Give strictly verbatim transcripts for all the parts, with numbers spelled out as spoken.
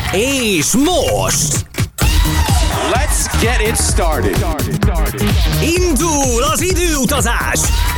És most Let's get it started. indul az időutazás!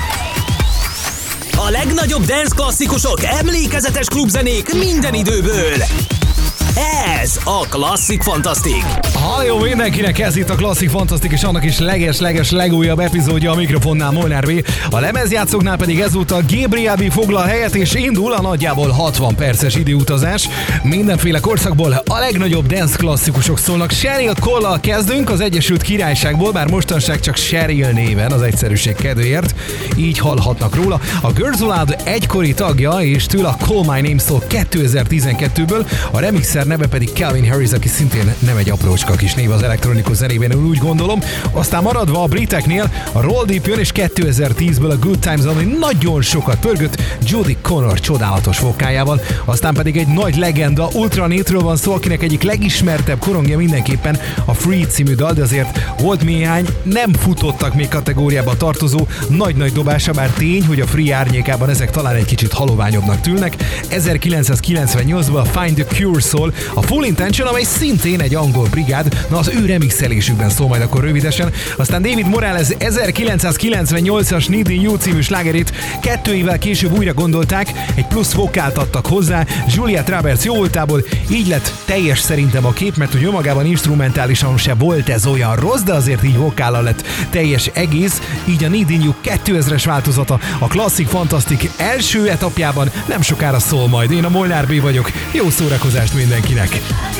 A legnagyobb dance klasszikusok, emlékezetes klubzenék minden időből. Ez a Klasszik Fantasztik. Halló mindenkinek, ez itt a Klasszik Fantasztik, és annak is leges-leges legújabb epizódja. A mikrofonnál Molnár B, a lemezjátszóknál pedig ezúttal Gabriel B foglal helyet, és indul a nagyjából hatvan perces időutazás. Mindenféle korszakból a legnagyobb dance klasszikusok szólnak. Sheryl Cole-al kezdünk az Egyesült Királyságból, bár mostanság csak Sheryl néven az egyszerűség kedvéért, így hallhatnak róla. A Girls Aloud egykori tagja, és tőle a Call My Name szól kétezer-tizenkettőből, a remixer neve pedig Calvin Harris, aki szintén nem egy aprócska kis név az elektronikus zenében, úgy gondolom. Aztán maradva a briteknél, a Roll Deep jön, és kétezer-tízből a Good Times, ami nagyon sokat pörgött Jodie Connor csodálatos vokájával. Aztán pedig egy nagy legenda, Ultra Nate-ről van szó, akinek egyik legismertebb korongja mindenképpen a Free című dal, de azért volt néhány nem futottak még kategóriába tartozó nagy-nagy dobása, bár tény, hogy a Free árnyékában ezek talán egy kicsit haloványabbnak tűnnek. ezerkilencszázkilencvennyolcban Find the Cure szól, a Full Intention, amely szintén egy angol brigád, na az ő remixelésükben szól majd akkor rövidesen. Aztán David Morales ezerkilencszázkilencvennyolcas Needing You című slágerét kettő évvel később újra gondolták, egy plusz vokált adtak hozzá Juliette Roberts jó voltából, így lett teljes szerintem a kép, mert hogy önmagában instrumentálisan se volt ez olyan rossz, de azért így vokállal lett teljes egész, így a Needing You kétezres változata a Klasszik Fantasztik első etapjában nem sokára szól majd. Én a Molnár B vagyok, jó szórakozást mindenkinek!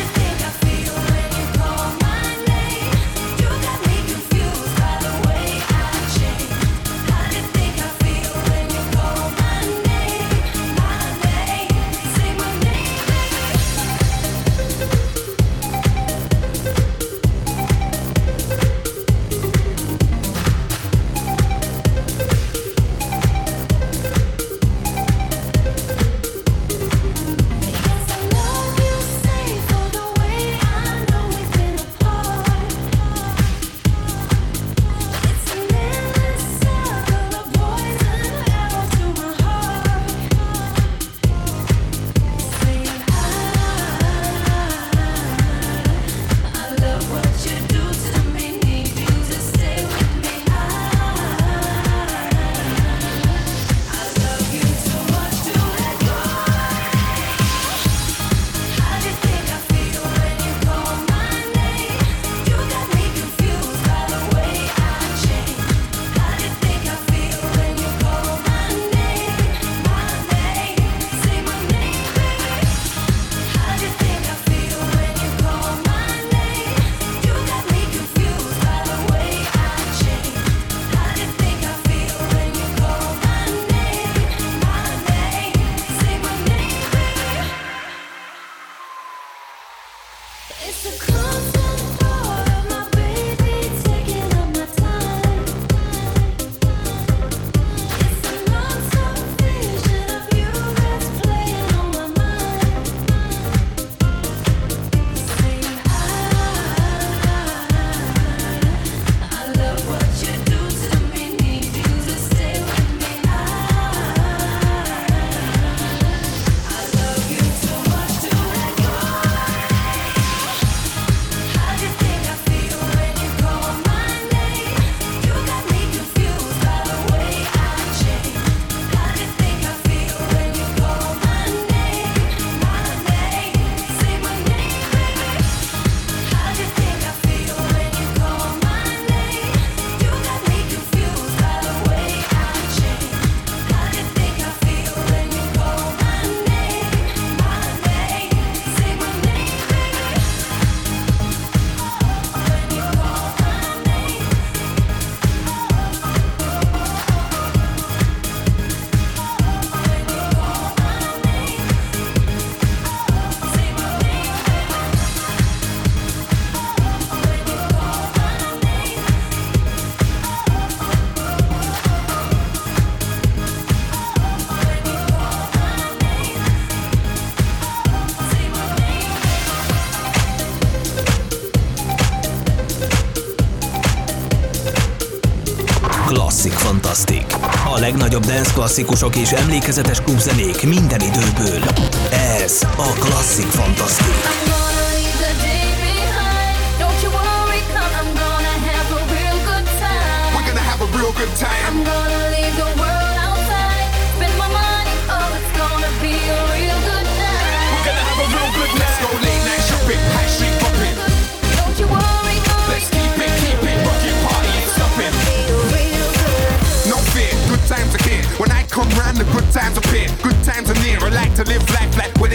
Klasszik Fantasztik. A legnagyobb dance klasszikusok és emlékezetes klubzenék minden időből. Ez a Klasszik Fantasztik.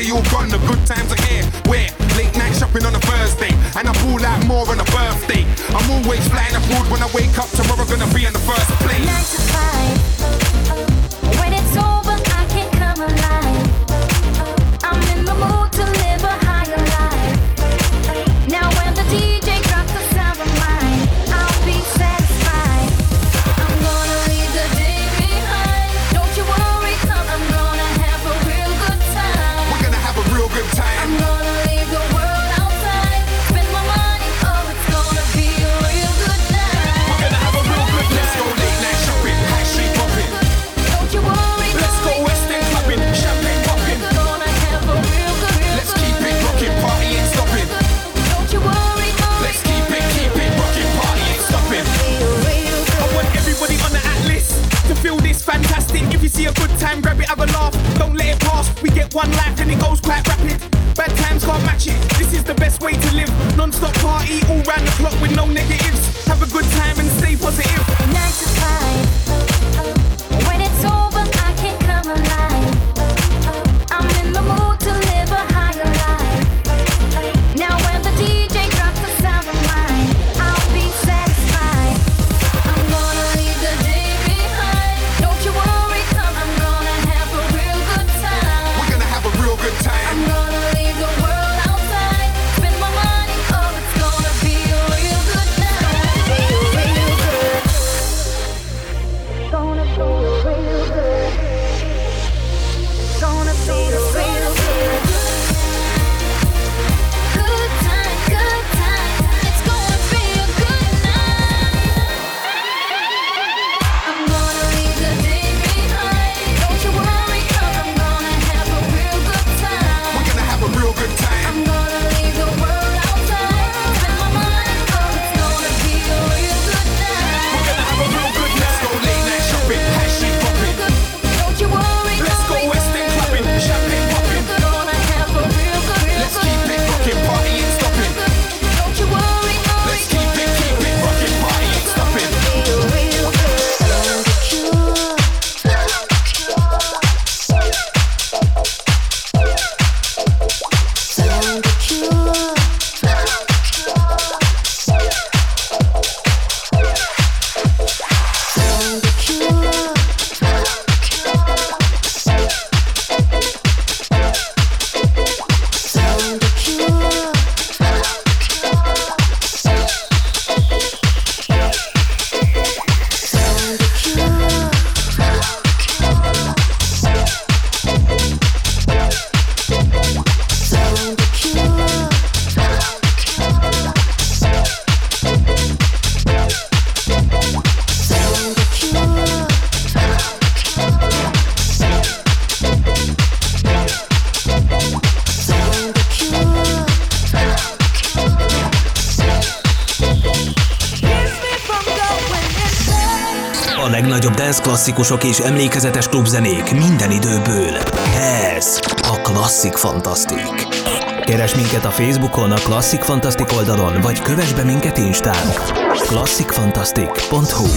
we all gone, the good times are here. Where? Late night shopping on a Thursday, and I pull out more on a birthday. I'm always flying abroad. When I wake up tomorrow, gonna be in the first place. Nine to five. When it's over, I can come alive. I'm in the mood to live a higher life. Now when the D J drops the sound of mine, I'll be satisfied. I'm gonna leave the day behind. Don't you worry, 'cause I'm gonna have a real good time. We're gonna have a real good time. I'm gonna leave the world outside. Spend my money, oh, it's gonna be a real good night. We're gonna have a real good night. Let's go late night shopping, high street popping. Don't you worry, Let's go West End clubbing, champagne popping. gonna have a real good, real Let's good. keep it rocking, party ain't stopping. Don't you worry, Let's keep it, keep it rocking, party ain't stopping. I want everybody on the Atlas to feel this fantastic. If you see a good time, grab it, have a laugh. Don't let it pass. We get one life and it goes quite rapid. Bad times can't match it. This is the best way to live. Non-stop party all round the clock with no negatives. Have a good time and stay positive. Nine to five. When it's over, I can come alive. I'm in the mood to live a higher life. Now when the D J drops the sound of mine, I'll be satisfied. I'm gonna leave the day behind. Don't you worry, 'cause I'm gonna have a real good time. We're gonna have a real good I'm time. gonna leave the world outside. Spend my money, oh, it's gonna be a real good night. Real, real good. Gonna be real good. Gonna be real good. Good time, good time. It's gonna be a good night. I'm gonna leave the day behind. Don't you worry, 'cause I'm gonna have a real good time. We're gonna have a real good I'm time. gonna leave the world outside. Spend my money, oh, it's gonna be a real good night. We're gonna have a real good night. Let's go late night shopping, high street popping. Don't you worry, Let's go West End clubbing, champagne popping. gonna have a real good, real Let's good. keep it rocking, party ain't stopping. Don't you worry, Let's keep it, keep it rocking, party ain't stopping. real, real A legnagyobb dance klasszikusok és emlékezetes klubzenék minden időből. Ez a Klasszik Fantasztik. Keresd minket a Facebookon, a Klasszik Fantasztik oldalon, vagy kövess be minket Instán. klasszik fantasztik pont hu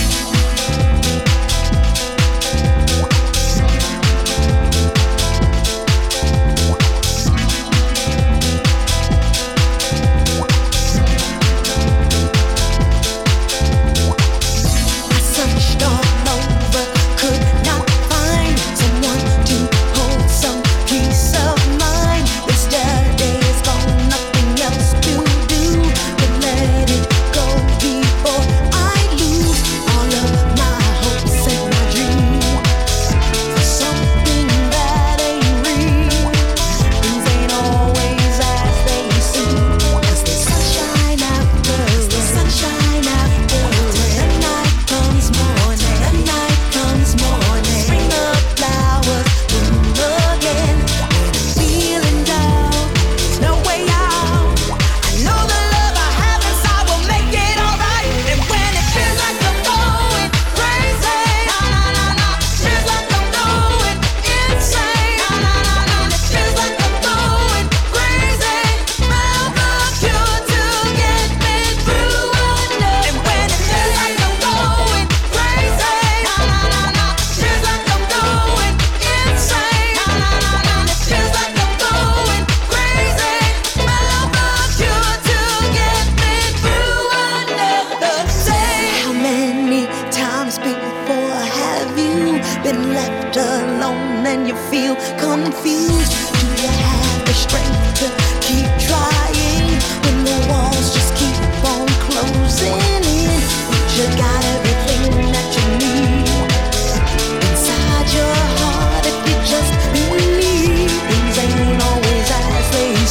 Let it go before I lose all of my hope.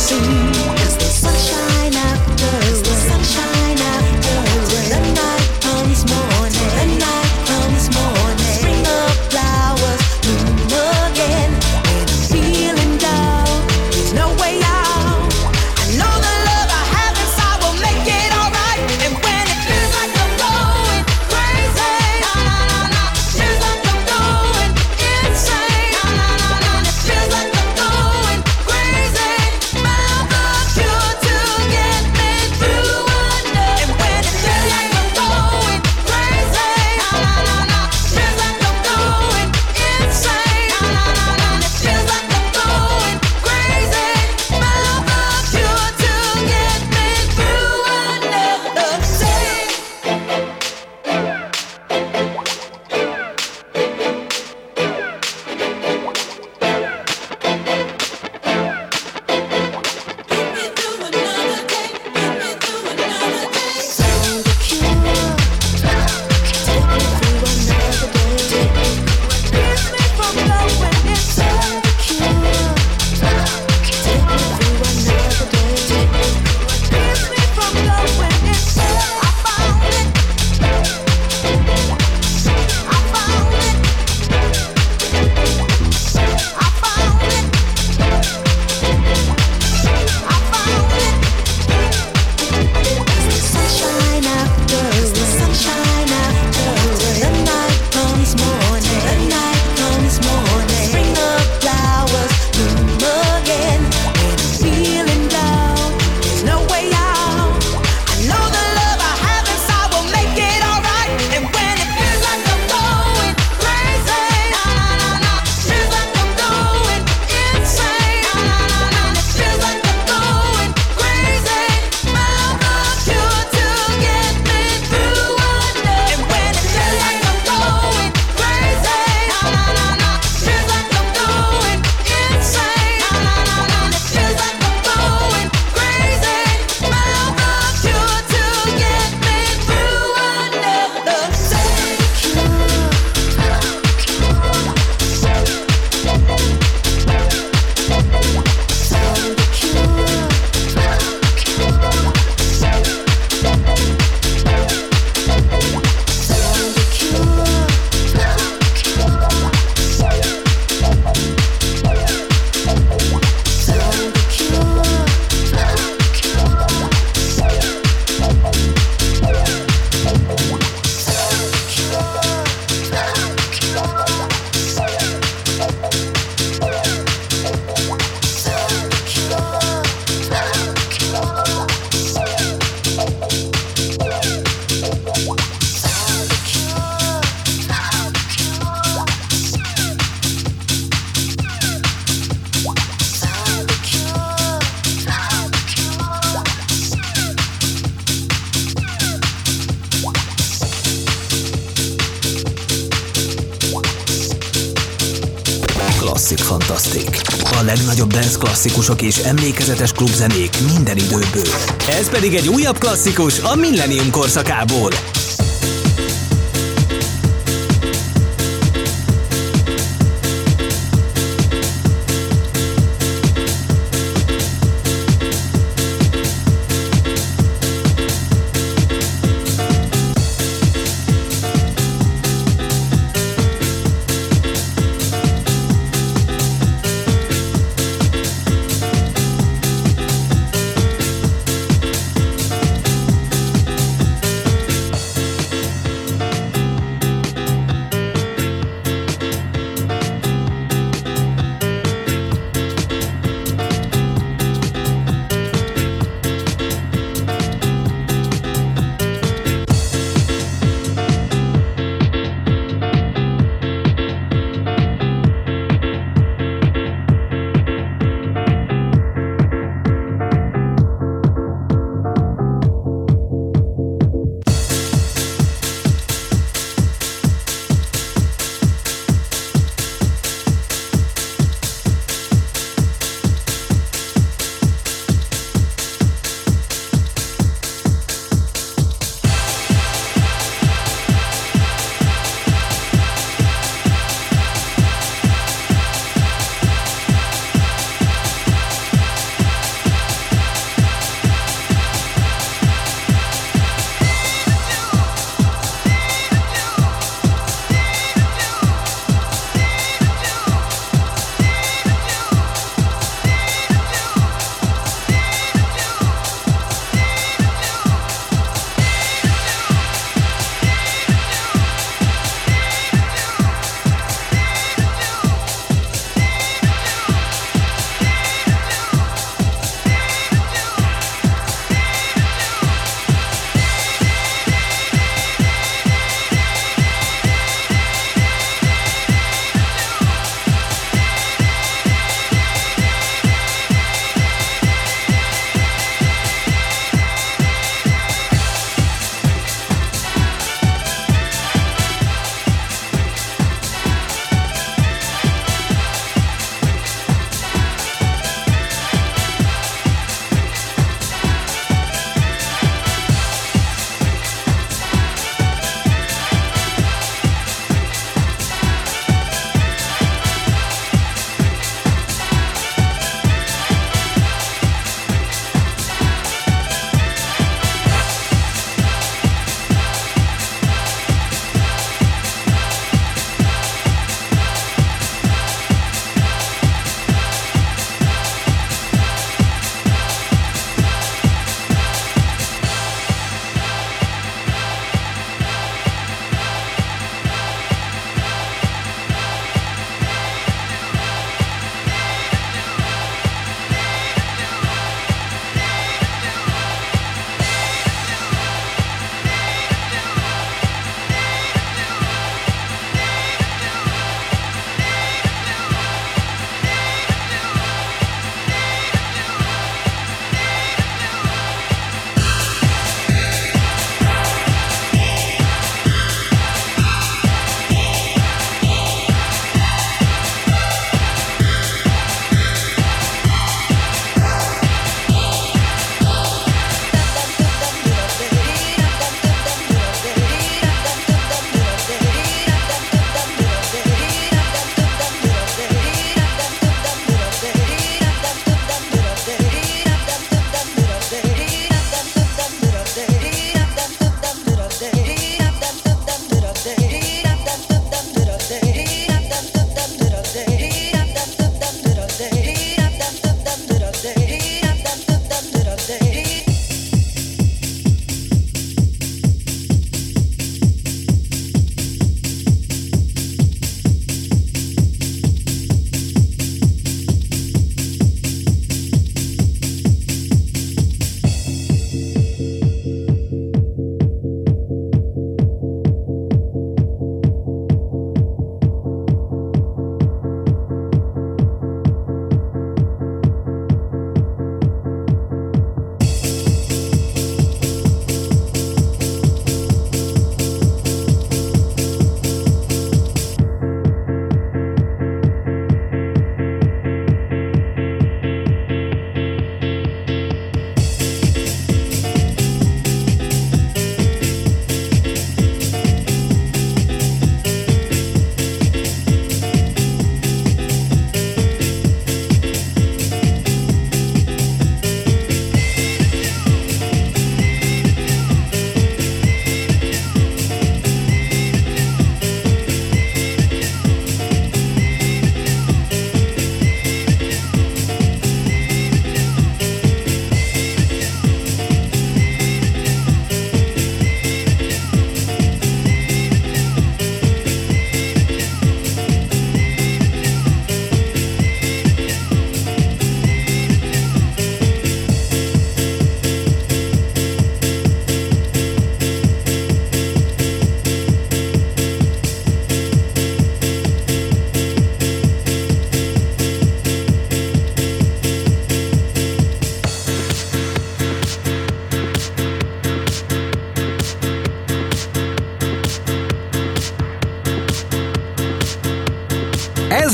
Klasszik Fantasztik. A legnagyobb dance klasszikusok és emlékezetes klubzenék minden időből. Ez pedig egy újabb klasszikus a Millennium korszakából.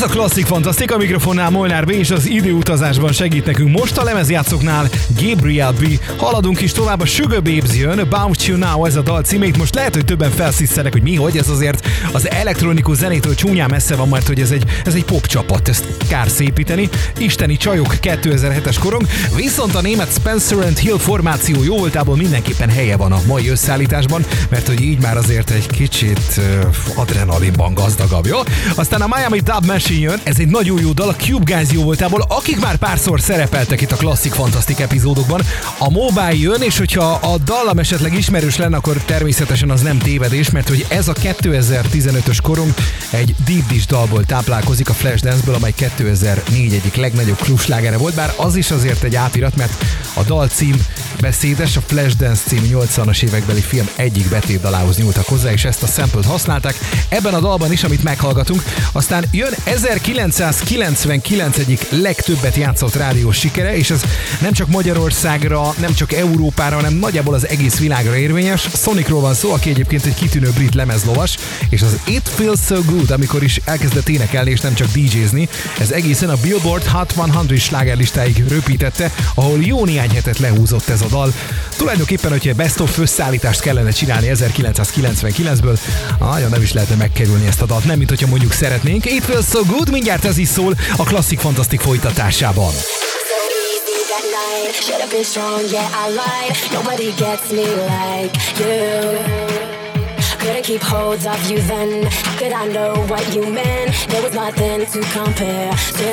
a Klasszik Fantasztik, a mikrofonnál Molnár B, és az időutazásban segít nekünk most a lemezjátszóknál Gabriel B. Haladunk is tovább, a Sugar Babes jön, About You Now ez a dal címét. Most lehet, hogy többen felszisszenek, hogy mi, hogy ez azért az elektronikus zenétől csúnyán messze van, mert hogy ez egy, ez egy pop csapat, ezt kár szépíteni. Isteni csajok kétezer-hetes korong, viszont a német Spencer and Hill formáció jó voltából mindenképpen helye van a mai összeállításban, mert hogy így már azért egy kicsit uh, adrenalinban gazdagabb, jó? Aztán a Miami Dub Machine jön, ez egy nagyon jó dal a Cube Guys jó voltából, akik már párszor szerepeltek itt a Klasszik Fantasztik epizódokban. A Mobile jön, és hogyha a dallam esetleg ismerős lenne, akkor természetesen az nem tévedés, mert hogy ez a kétezer-tizenötös korong egy Deep Dish dalból táplálkozik, a Flashdance-ből, amely kétezer-négy egyik legnagyobb klubslágere volt, bár az is azért egy átirat, mert a dal cím beszédes, a Flashdance című nyolcvanas évekbeli film egyik betétdalához nyúltak hozzá, és ezt a sample-t használták ebben a dalban is, amit meghallgatunk. Aztán jön ezerkilencszázkilencvenkilenc egyik legtöbbet játszott rádiós sikere, és ez nem csak Magyarországra, nem csak Európára, hanem nagyjából az egész világra érvényes. Sonicról van szó, aki egyébként egy kitűnő brit lemezlovas, és az It Feels So Good, amikor is elkezdett énekelni és nem csak dé jézni, ez egészen a Billboard Hot száz slágerlistáig röpítette, ahol jó néhány hetet lehúzott ez a dal. Tulajdonképpen, hogyha best of összeállítást kellene csinálni ezerkilencszázkilencvenkilencből, nagyon nem is lehetne megkerülni ezt a dalt, nem mint hogyha mondjuk szeretnénk. It Feels So Good, mindjárt ez is szól a Klasszik Fantasztik folytatásában. Should have been strong, yeah, I lied. Nobody gets me like you. Couldn't keep hold of you then. How could I know what you meant? There was nothing to compare to.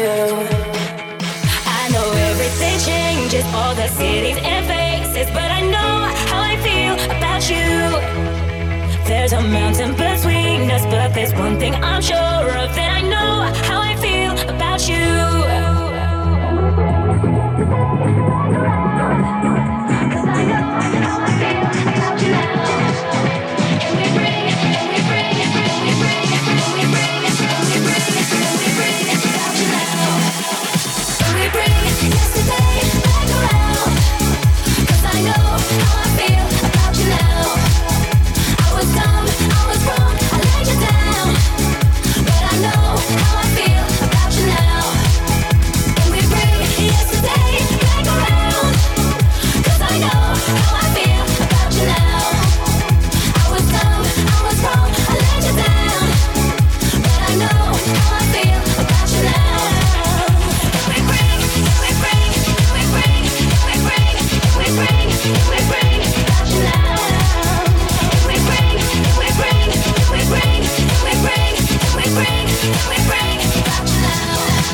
I know everything changes, all the cities and faces, but I know how I feel about you. There's a mountain between us, but there's one thing I'm sure of, that I know how I feel about you. Cause I know how I feel about you now. And we bring it, and we bring it, and we bring it, and we bring it, and we bring it, and we bring it about you now. And we bring yesterday back around. Cause I know how I feel about you now. I was dumb, I was wrong, I let you down. But I know how I feel about you now. And we bring yesterday back around. Cause I know how I feel about you now. I was dumb, I was wrong, I let you down. But I know how I feel about you now. And we bring, and we bring, and we bring, and we bring, and we bring, and we bring about you now. And we bring, and we bring, and we bring, and we bring, and we bring, and we bring about you now.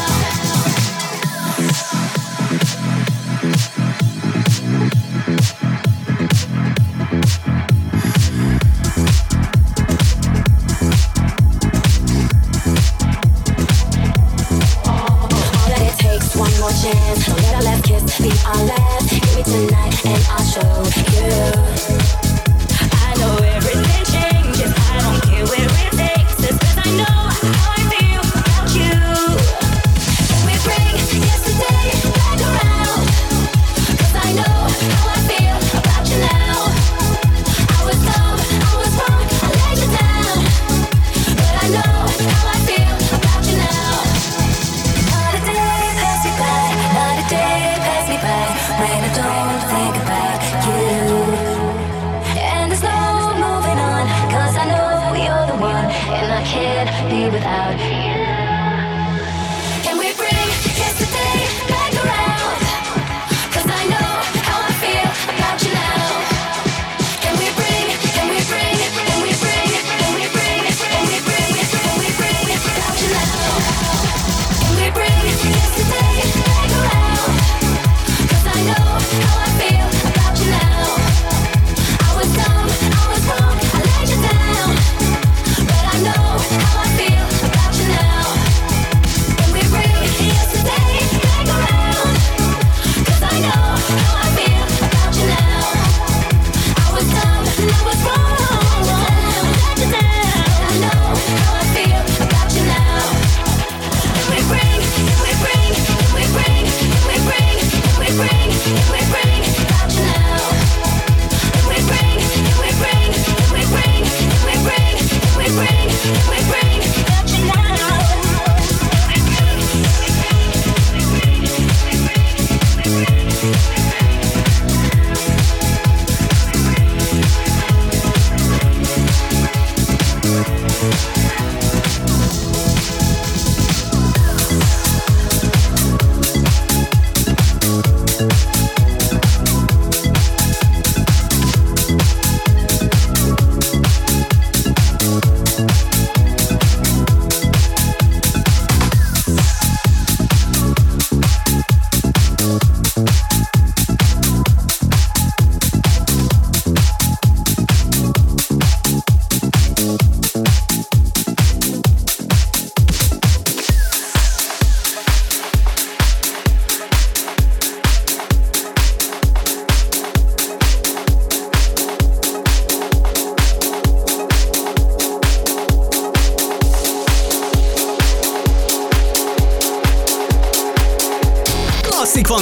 All that it takes, one more chance. Don't let our last kiss be our last. Give me tonight and I'll show you. I know everything changes, I don't care where it takes us, cause I know how I feel about you. And we bring yesterday back around. Cause I know how I feel about you now. I was dumb, I was wrong, I let you down. But I know how I feel about you now. Not a day pass me by, not a day pass me by when I don't think about you. And there's no moving on, cause I know you're the one, and I can't be without you. Can we bring yesterday back around? Cause I know how I feel about you now. Can we bring, can we bring, can we bring, can we bring, can we bring, can we bring about you now? Can we bring yesterday back around? Cause I know how I feel about you now. I was dumb, I was wrong, I let you down. But I know how I feel about you now.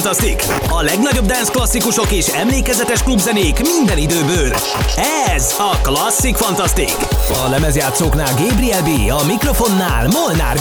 Fantasztik! A legnagyobb dance klasszikusok és emlékezetes klubzenék minden időből. Ez a Klasszik Fantasztik! A lemezjátszóknál Gabriel B, a mikrofonnál Molnár B.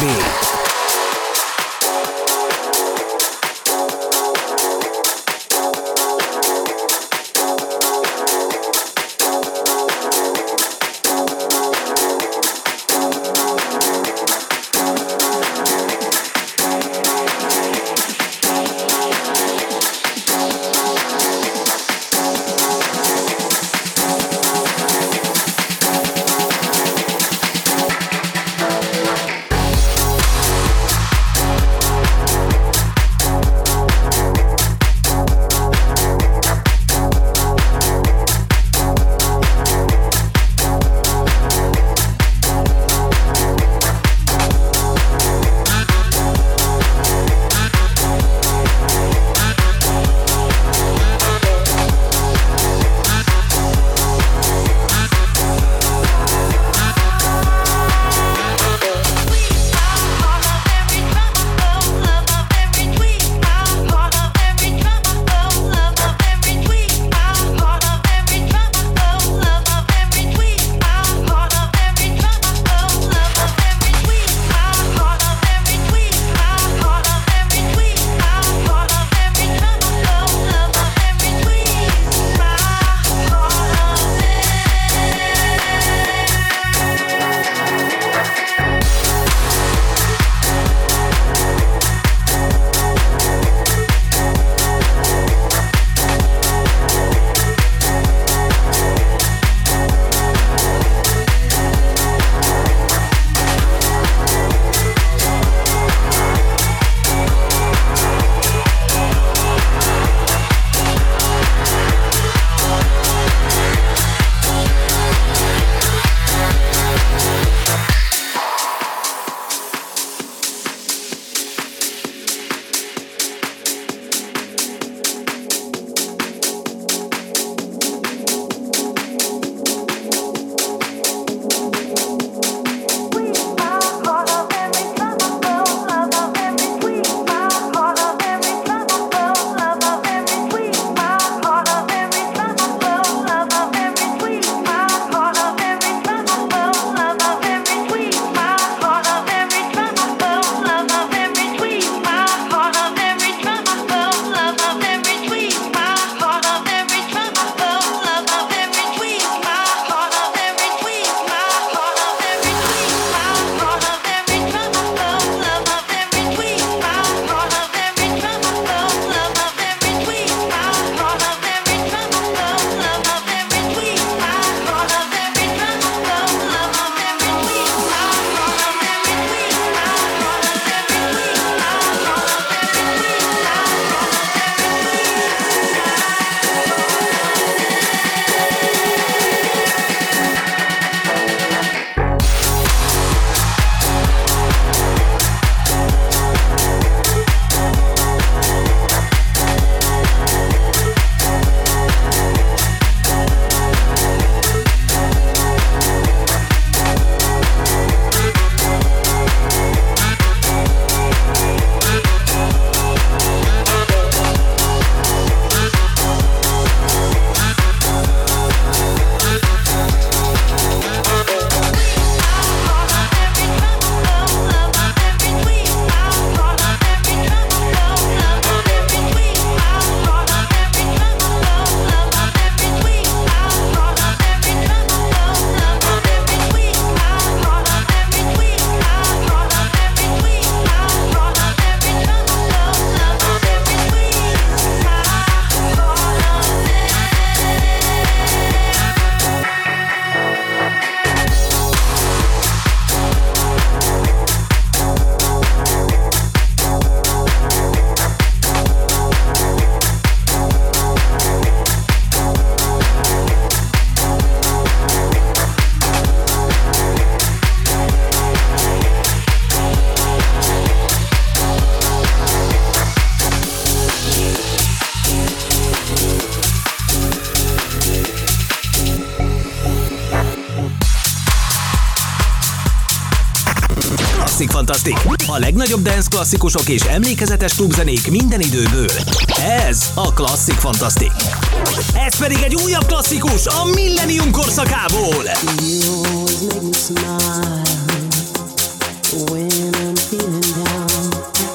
Classic Fantastic. A legnagyobb dance klasszikusok és emlékezetes klubzenék minden időből. Ez a Classic Fantastic. Ez pedig egy újabb klasszikus a Millennium korszakából. You always make me smile when I'm feeling down.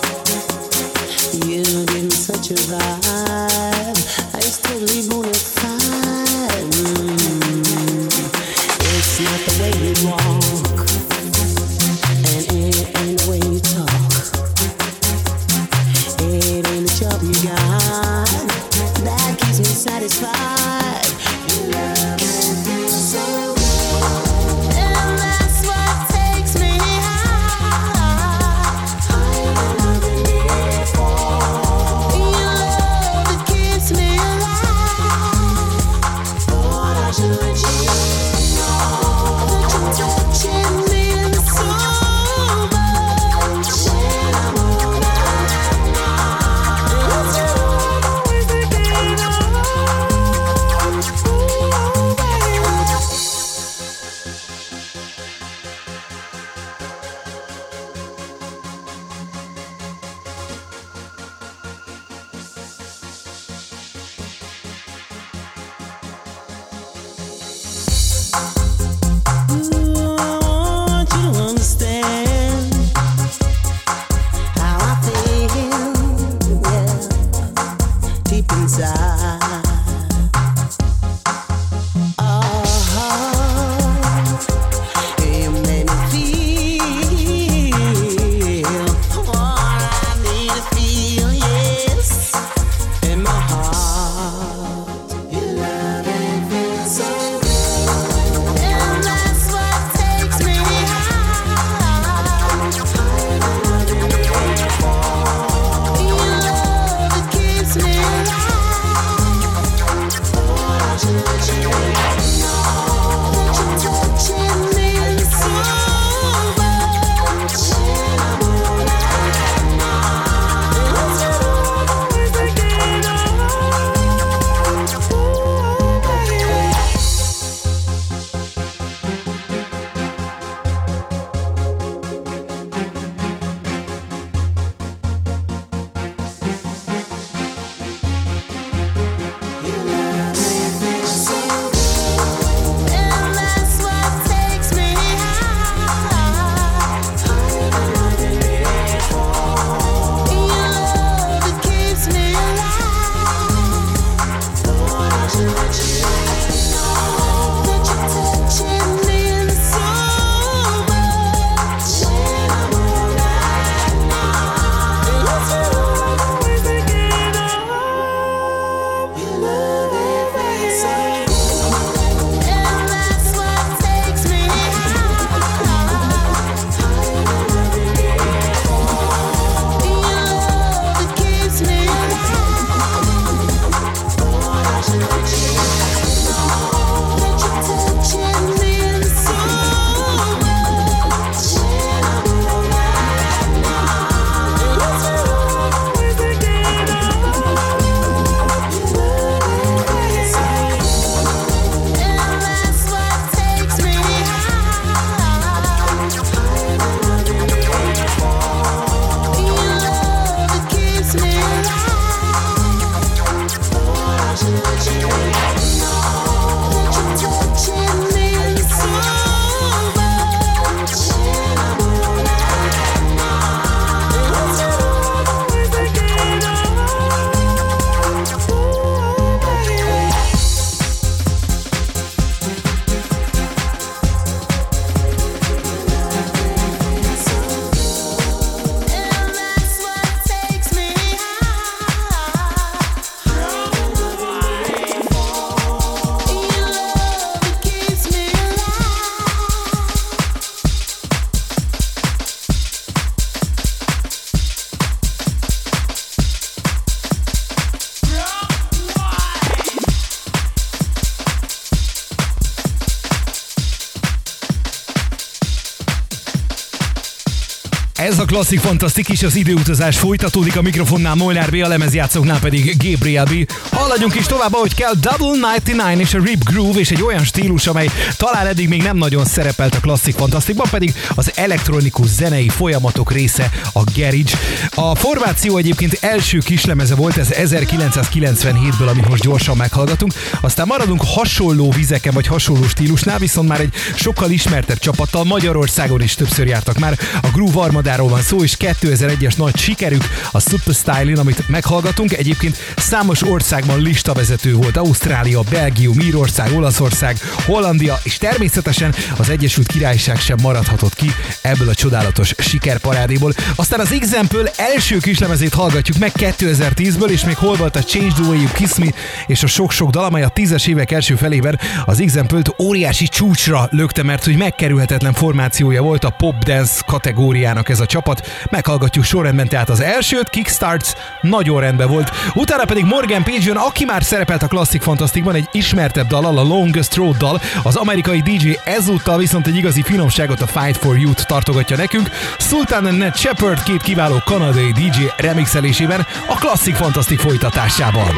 You give me such a vibe. It's totally bona fide. Mm. It's not the way you walk, and it ain't the way you talk. It ain't the job you got that keeps me satisfied. Your love and feel so good, and that's what takes me high. Higher than before. Your love that keeps me alive. Lord, I should change. That you're touching me so much. When I'm all night, it's you I'm always thinking of. Ooh, baby. Ooh, I want you to understand how I feel, yeah, deep inside. Oh, you made me feel what I need to feel, yes, in my heart. Your love and feel so good, and that's what takes me high. Your love that keeps me alive. Klasszik Fantasztik is, az időutazás folytatódik, a mikrofonnál Molnár B, a lemezjátszóknál pedig Gabriel B. Haladjunk is tovább, ahogy kell, Double kilencvenkilenc és a Rip Groove, és egy olyan stílus, amely talán eddig még nem nagyon szerepelt a Klasszik Fantasztikban, pedig az elektronikus zenei folyamatok része a garage. A formáció egyébként első kislemeze volt, ez ezerkilencszázkilencvenhétből, amit most gyorsan meghallgatunk, aztán maradunk hasonló vizeken, vagy hasonló stílusnál, viszont már egy sokkal ismertebb csapattal, Magyarországon is többször jártak már. A Groove Armadáról van szó, és kétezer-egyes nagy sikerük a Super Stylin, amit meghallgatunk. Egyébként számos országban listavezető volt, Ausztrália, Belgium, Írország, Olaszország, Hollandia, és természetesen az Egyesült Királyság sem maradhatott ki ebből a csodálatos sikerparádéból. Aztán az Example első kislemezét hallgatjuk meg kétezer-tízből, és még hol volt a Change the Way You Kiss Me, és a sok-sok dal, amely a tízes évek első felében az Example-t óriási csúcsra lökte, mert hogy megkerülhetetlen formációja volt a pop dance kategóriának ez a csapat. Meghallgatjuk sorrendben, tehát az elsőt, Kickstarts, nagyon rendben volt. Utána pedig Morgan Page, aki már szerepelt a Klasszik Fantasztikban egy ismertebb dallal, a Longest Road dal, az amerikai dé dzsé ezúttal viszont egy igazi finomságot, a Fight for You-t tartogatja nekünk. Sultan and Ned Shepard két kiváló kanadai dé dzsé remixelésében a Klasszik Fantasztik folytatásában.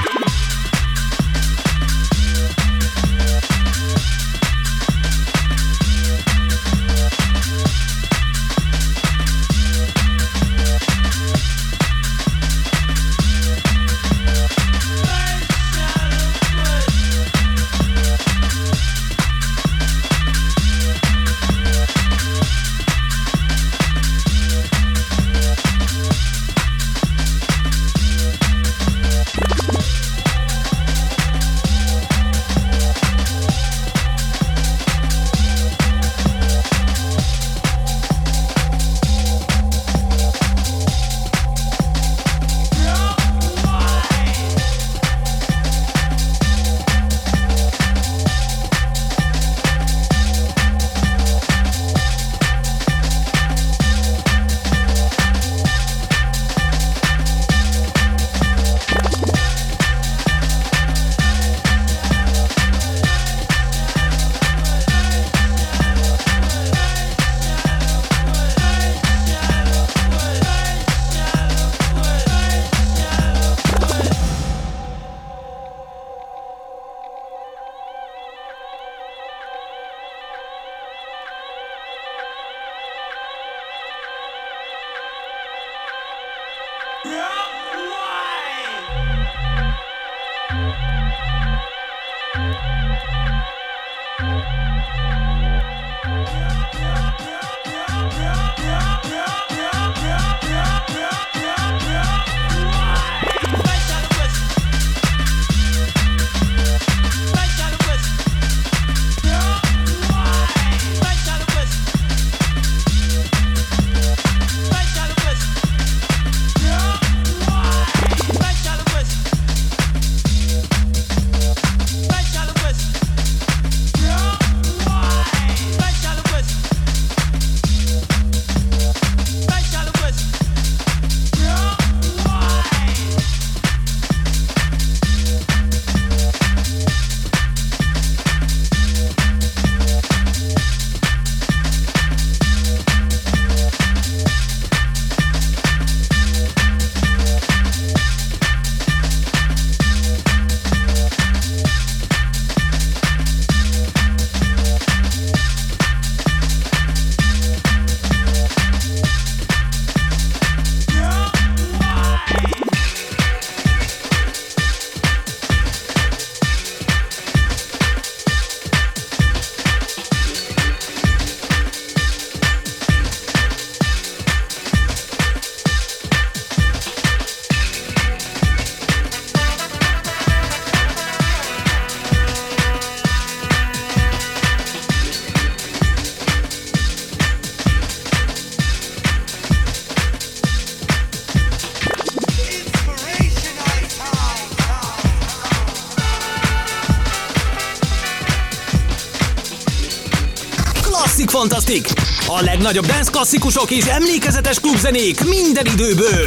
Fantasztik! A legnagyobb dance klasszikusok és emlékezetes klubzenék minden időből!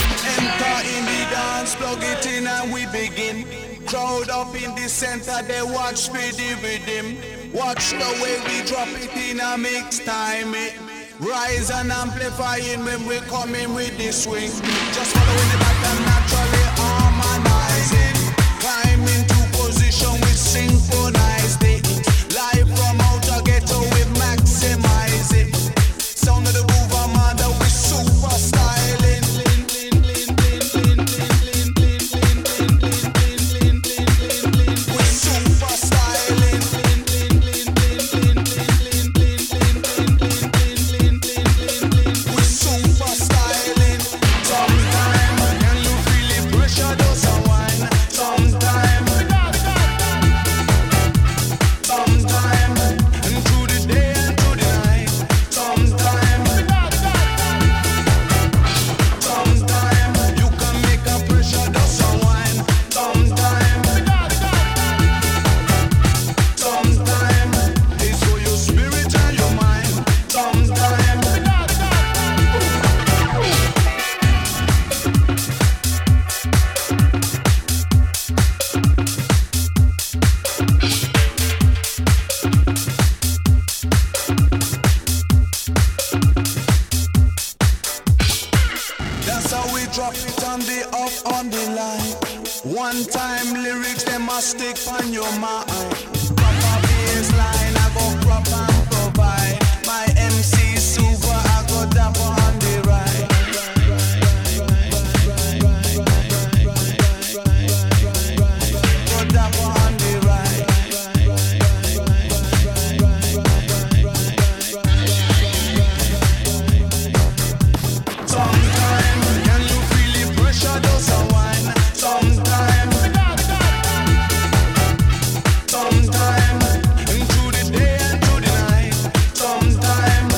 Enter in the dance, plug it in and we begin. Crowd up in the center, they watch with the rhythm. Watch the way we drop it in a mix time. It. Rise and amplifying when we come in with the swing. Just following the pattern, naturally harmonizing. Climb into position with synchronized it. Live from outer ghetto we maximize it. Sound of the groove armada with super styling. With super styling. With super styling. Sometime can you feel the pressure does a wine? Sometime. Sometime and through the day and through the night. Sometime. Sometime you can make a pressure does a wine. Sometime. Sometime it's for your spirit and your mind. Sometime. That's how we drop it on the off on the line. One time lyrics them must stick on your mind. Proper baseline I go crop and provide. My M C super I go dapper on the ride. Go dapper on the ride. Sometime can you feel the pressure does a wine? Sometime. Sometime and through the day and through the night. Sometime.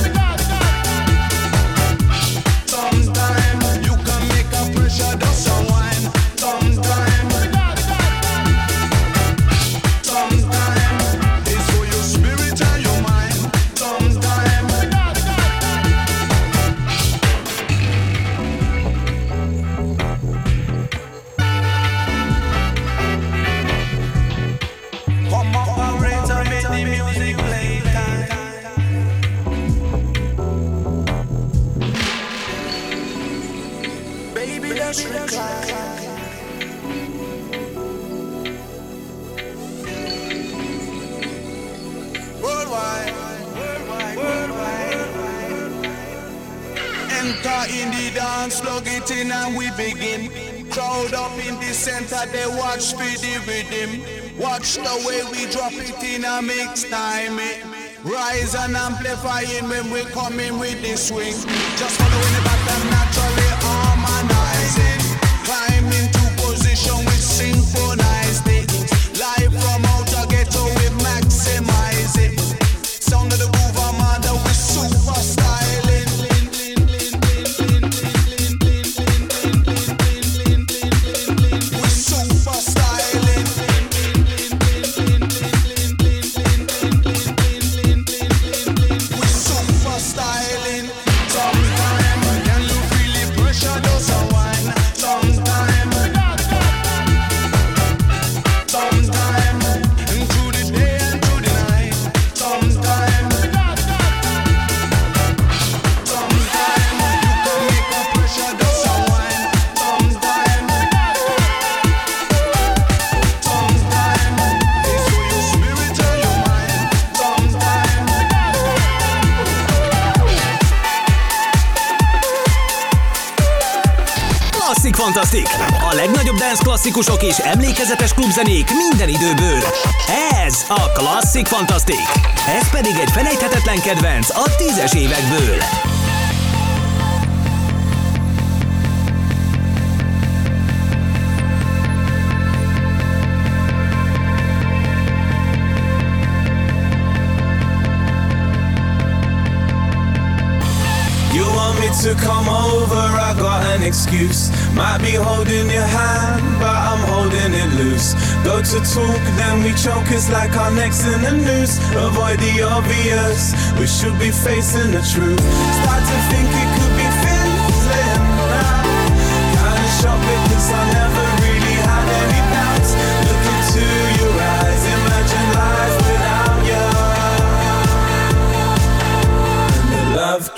Sometime you can make a pressure does a wine. Sometime. Sometime it's for your spirit and your mind. Sometime. Come operator, make the music play time. Baby, let's recline. Worldwide, worldwide, worldwide. Enter in the dance, plug it in and we begin. Crowd up in the center, they watch for the rhythm. Watch the way we drop it in a mix time. eh. Rise and amplifying when we come in with the swing. Just following the pattern, naturally harmonizing. Climb into position with synchronized it. Live from outer ghetto we maximize it. Sound of the groove armada with super styling. With super styling. With super styling. Sometime can you feel the pressure does a wine? Sometime. Sometime and through the day and through the night. Sometime. Sometime you can make a pressure does a wine. Sometime. Sometime it's for your spirit and your mind. Sometime. Klasszik Fantasztik! A legnagyobb dance klasszikusok és emlékezetes klubzenék minden időből. Ez a Klasszik Fantasztik! Ez pedig egy felejthetetlen kedvenc a tízes évekből. You want me to come over, I got an excuse. Might be holding your hand, but I'm holding it loose. Go to talk, then we choke, it's like our neck's in the noose. Avoid the obvious, we should be facing the truth. Start to think it could be fizzling now. Kinda shocked because I never really had any doubts. Look into your eyes, imagine life without you. And the love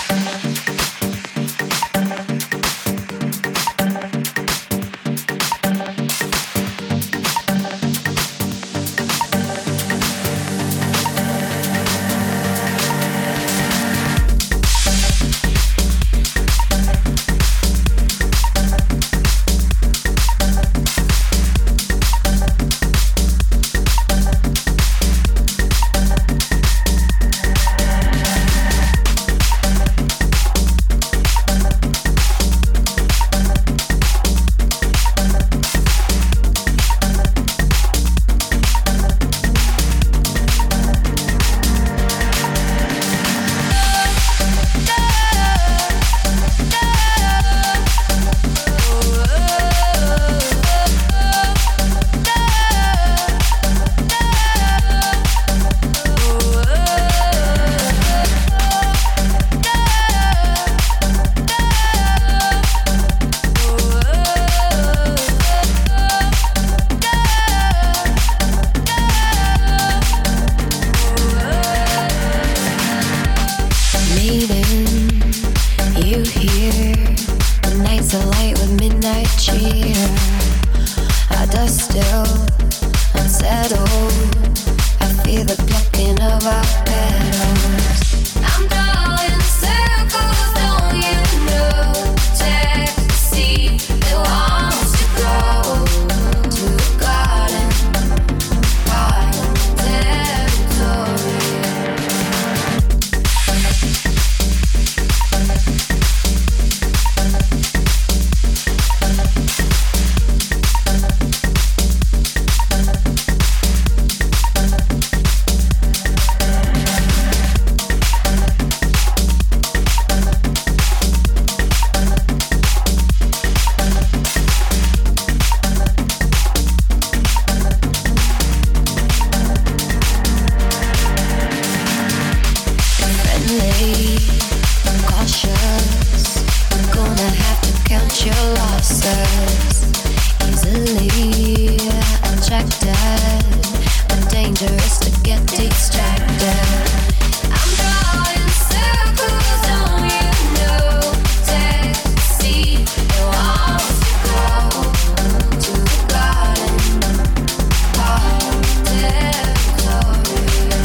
us. I'm gonna have to count your losses. Easily attracted, but dangerous to get distracted. I'm drawing circles on you, no taxi. No arms to go to the garden of territory.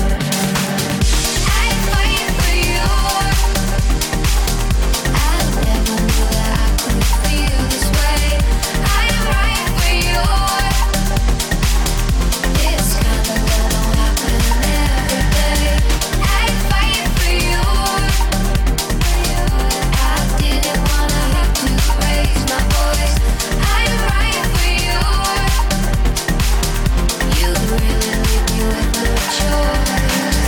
I wait for you. I never knew that I could feel this way. I am right for you. This kind of love don't happen every day. I fight for you. I didn't wanna have to raise my voice. I am right for you. You really leave me with no choice.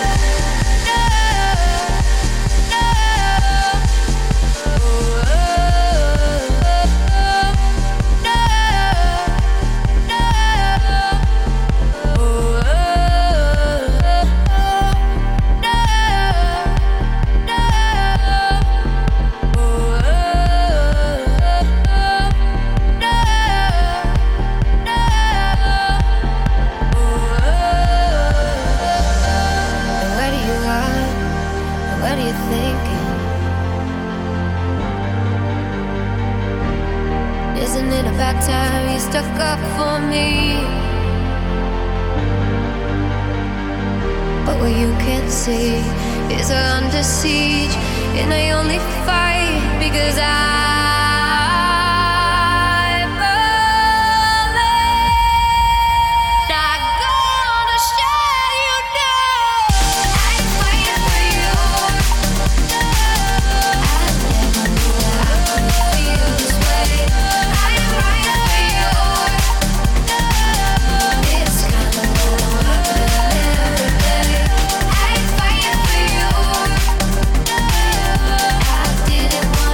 And where do you run? And what are you thinking? Isn't it about time you stuck up for me? But what you can't see is I'm under siege, and I only fight because I not gonna shut you down. I fight for you. I never knew that I could feel this way. I am right for you. This kind of love don't happen every day. I fight for you. I didn't want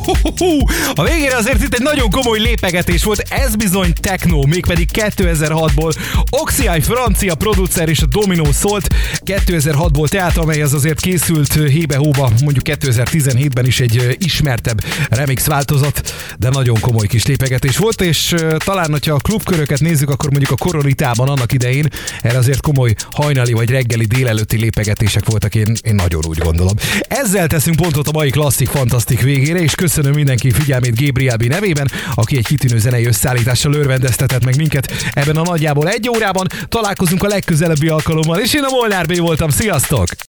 A végére azért itt egy nagyon komoly lépegetés volt, ez bizony techno, mégpedig kétezer-hatból. Oxy, francia producer és a Domino szólt kétezer-hatból, tehát amelyhez azért készült hébe-hóba, mondjuk kétezer-tizenhétben is egy ismertebb remix változat, de nagyon komoly kis lépegetés volt, és talán, hogyha a klubköröket nézzük, akkor mondjuk a Koronitában annak idején erre azért komoly hajnali vagy reggeli délelőtti lépegetések voltak, én, én nagyon úgy gondolom. Ezzel teszünk pontot a mai klasszik fantasztik végére, és köszönöm mindenki figyelmét Gabriel B nevében, aki egy kitűnő zenei összeállítással örvendeztetett meg minket ebben a nagyjából egy órában. Találkozunk a legközelebbi alkalommal, és én a Molnár B voltam, sziasztok!